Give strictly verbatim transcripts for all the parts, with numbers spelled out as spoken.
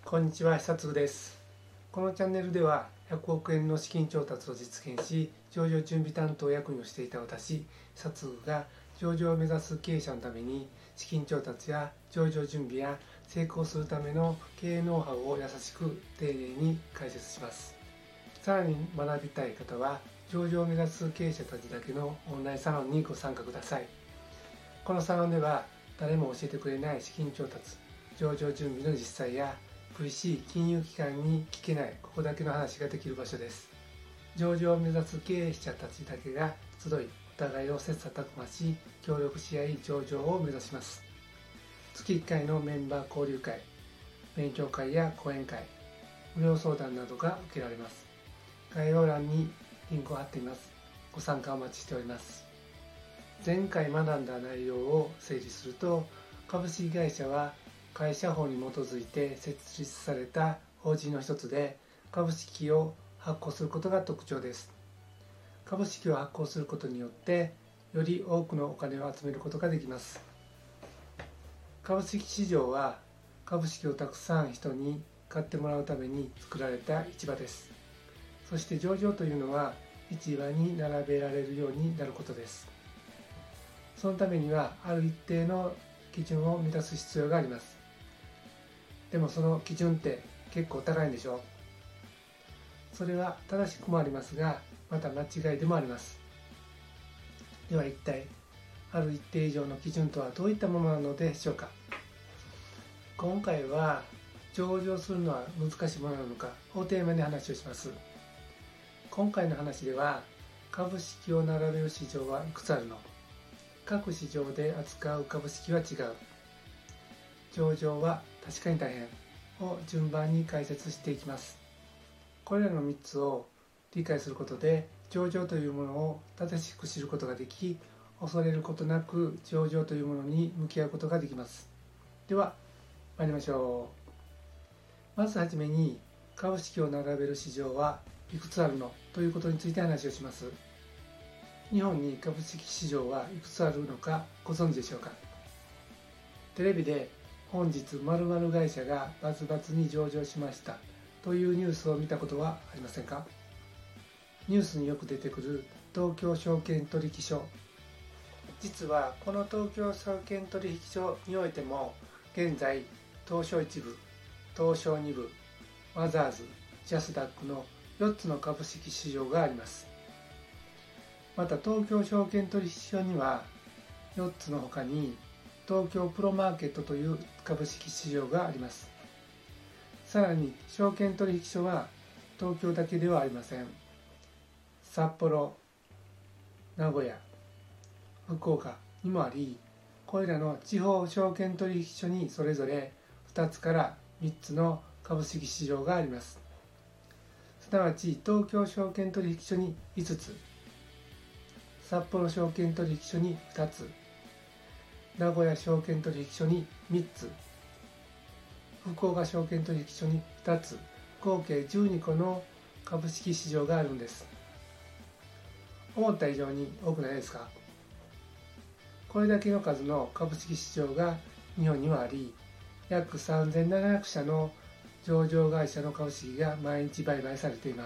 こんにちは、久津です。このチャンネルではひゃくおくえんの資金調達を実現し、上場準備担当役員をしていた私、久津が上場を目指す経営者のために資金調達や上場準備や成功するための経営ノウハウを優しく丁寧に解説します。さらに学びたい方は上場を目指す経営者たちだけのオンラインサロンにご参加ください。このサロンでは誰も教えてくれない資金調達、上場準備の実際やブイシー 金融機関に聞けないここだけの話ができる場所です。上場を目指す経営者たちだけが集い、お互いを切磋琢磨し、協力し合い上場を目指します。月いっかいのメンバー交流会、勉強会や講演会、無料相談などが受けられます。概要欄にリンクを貼っています。ご参加お待ちしております。前回学んだ内容を整理すると、株式会社は会社法に基づいて設立された法人の一つで、株式を発行することが特徴です。株式を発行することによってより多くのお金を集めることができます。株式市場は株式をたくさん人に買ってもらうために作られた市場です。そして上場というのは市場に並べられるようになることです。そのためにはある一定の基準を満たす必要があります。でもその基準って結構高いんでしょう。それは正しくもありますが、また間違いでもあります。では一体ある一定以上の基準とはどういったものなのでしょうか。今回は上場するのは難しいものなのかをテーマに話をします。今回の話では、株式を並べる市場はいくつあるの、各市場で扱う株式は違う、上場は確かに大変を順番に解説していきます。これらのみっつを理解することで上場というものを正しく知ることができ、恐れることなく上場というものに向き合うことができます。では参りましょう。まずはじめに、株式を並べる市場はいくつあるのということについて話をします。日本に株式市場はいくつあるのかご存知でしょうか。テレビで本日〇〇会社がバツバツに上場しましたというニュースを見たことはありませんか。ニュースによく出てくる東京証券取引所、実はこの東京証券取引所においても現在東証一部、東証二部、マザーズ、ジャスダックのよっつの株式市場があります。また東京証券取引所にはよっつの他に東京プロマーケットという株式市場があります。さらに証券取引所は東京だけではありません。札幌、名古屋、福岡にもあり、これらの地方証券取引所にそれぞれふたつからみっつの株式市場があります。すなわち東京証券取引所にいつつ、札幌証券取引所にふたつ、名古屋証券取引所にみっつ、福岡証券取引所にふたつ、合計じゅうにこの株式市場があるんです。思った以上に多くないですか。これだけの数の株式市場が日本にはあり、約さんぜんななひゃくしゃの上場会社の株式が毎日売買されています。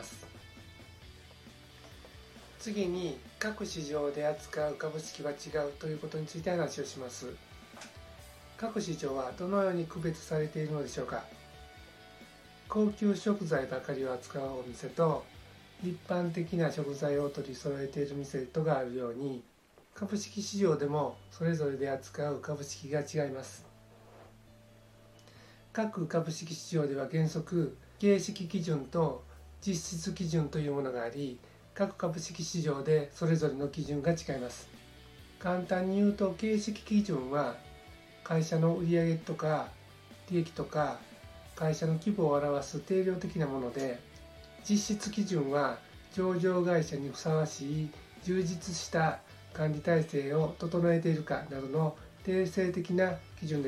次に、各市場で扱う株式は違うということについて話をします。各市場はどのように区別されているのでしょうか。高級食材ばかりを扱うお店と一般的な食材を取り揃えている店とがあるように、株式市場でもそれぞれで扱う株式が違います。各株式市場では原則形式基準と実質基準というものがあり、各株式市場でそれぞれの基準が違います。簡単に言うと、形式基準は会社の売上とか利益とか会社の規模を表す定量的なもので、実質基準は上場会社にふさわしい充実した管理体制を整えているかなどの定性的な基準です。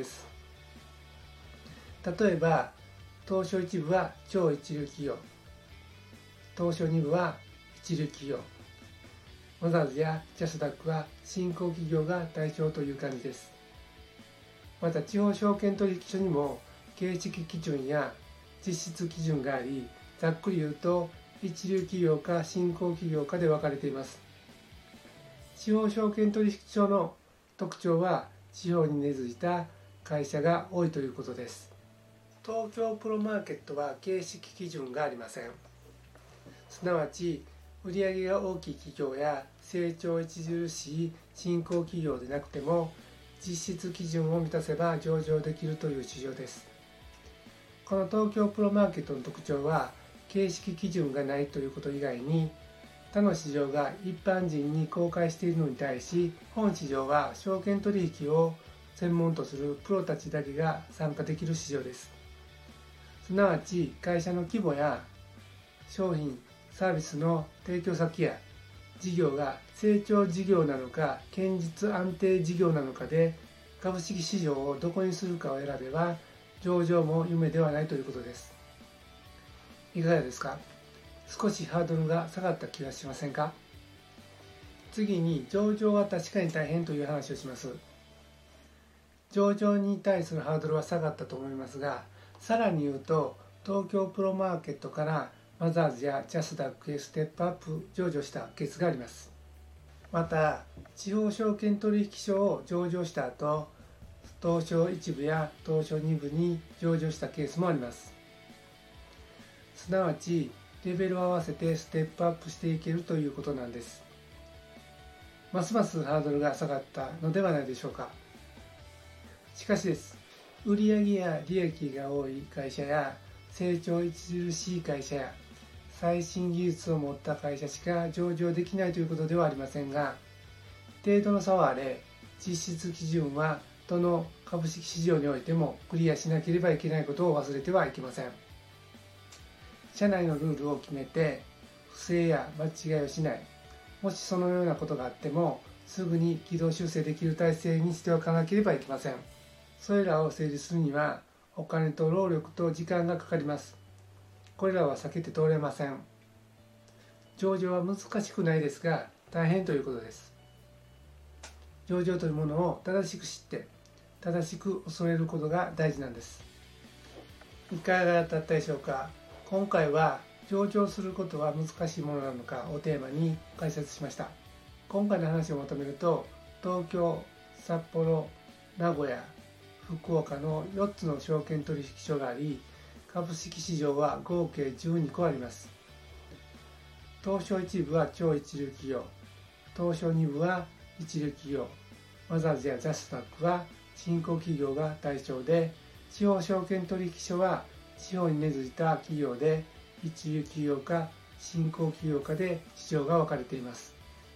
例えば東証一部は超一流企業、東証二部は一流企業、マザーズやジャスダックは新興企業が対象という感じです。また地方証券取引所にも形式基準や実質基準があり、ざっくり言うと一流企業か新興企業かで分かれています。地方証券取引所の特徴は地方に根付いた会社が多いということです。東京プロマーケットは形式基準がありません。すなわち売上が大きい企業や成長著しい新興企業でなくても実質基準を満たせば上場できるという市場です。この東京プロマーケットの特徴は形式基準がないということ以外に、他の市場が一般人に公開しているのに対し、本市場は証券取引を専門とするプロたちだけが参加できる市場です。すなわち会社の規模や商品サービスの提供先や事業が成長事業なのか堅実安定事業なのかで、株式市場をどこにするかを選べば上場も夢ではないということです。いかがですか？少しハードルが下がった気がしませんか？次に上場は確かに大変という話をします。上場に対するハードルは下がったと思いますが、さらに言うと東京プロマーケットからマザーズやジャスダックへステップアップ上場したケースがあります。また地方証券取引所を上場した後、東証いち部や東証に部に上場したケースもあります。すなわちレベルを合わせてステップアップしていけるということなんです。ますますハードルが下がったのではないでしょうか。しかしです、売上や利益が多い会社や成長著しい会社や最新技術を持った会社しか上場できないということではありませんが、程度の差はあれ、実質基準はどの株式市場においてもクリアしなければいけないことを忘れてはいけません。社内のルールを決めて不正や間違いをしない、もしそのようなことがあってもすぐに軌道修正できる体制にしておかなければいけません。それらを整理するにはお金と労力と時間がかかります。これらは避けて通れません。上場は難しくないですが大変ということです。上場というものを正しく知って正しく恐れることが大事なんです。いかがだったでしょうか。今回は上場することは難しいものなのかをテーマに解説しました。今回の話をまとめると、東京、札幌、名古屋、福岡のよっつの証券取引所があり、株式市場は合計じゅうにこあります。東証いち部は超一流企業、東証に部は一流企業、マザーズやジャスダックは新興企業が対象で、地方証券取引所は地方に根付いた企業で一流企業か新興企業かで市場が分かれています。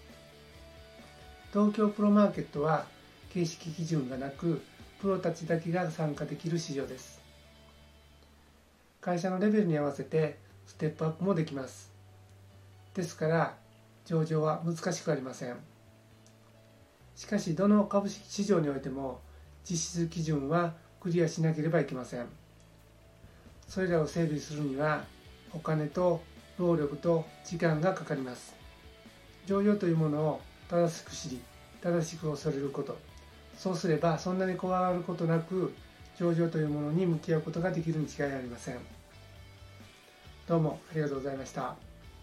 東京プロマーケットは形式基準がなく、プロたちだけが参加できる市場です。会社のレベルに合わせてステップアップもできます。ですから上場は難しくありません。しかしどの株式市場においても実質基準はクリアしなければいけません。それらを整備するにはお金と労力と時間がかかります。上場というものを正しく知り正しく恐れること、そうすればそんなに怖がることなく上場というものに向き合うことができるに違いありません。どうもありがとうございました。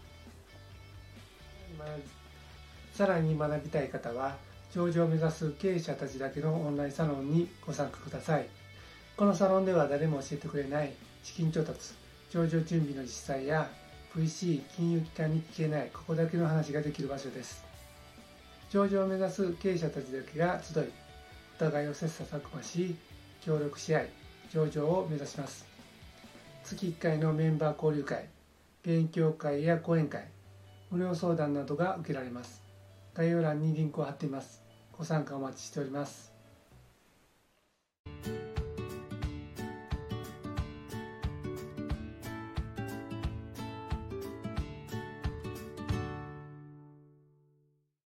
さらに学びたい方は上場を目指す経営者たちだけのオンラインサロンにご参加ください。このサロンでは誰も教えてくれない資金調達、上場準備の実際や ブイシー 金融機関に聞けないここだけの話ができる場所です。上場を目指す経営者たちだけが集い、お互いを切磋琢磨し、協力し合い、上場を目指します。月いっかいのメンバー交流会、勉強会や講演会、無料相談などが受けられます。概要欄にリンクを貼っています。ご参加お待ちしております。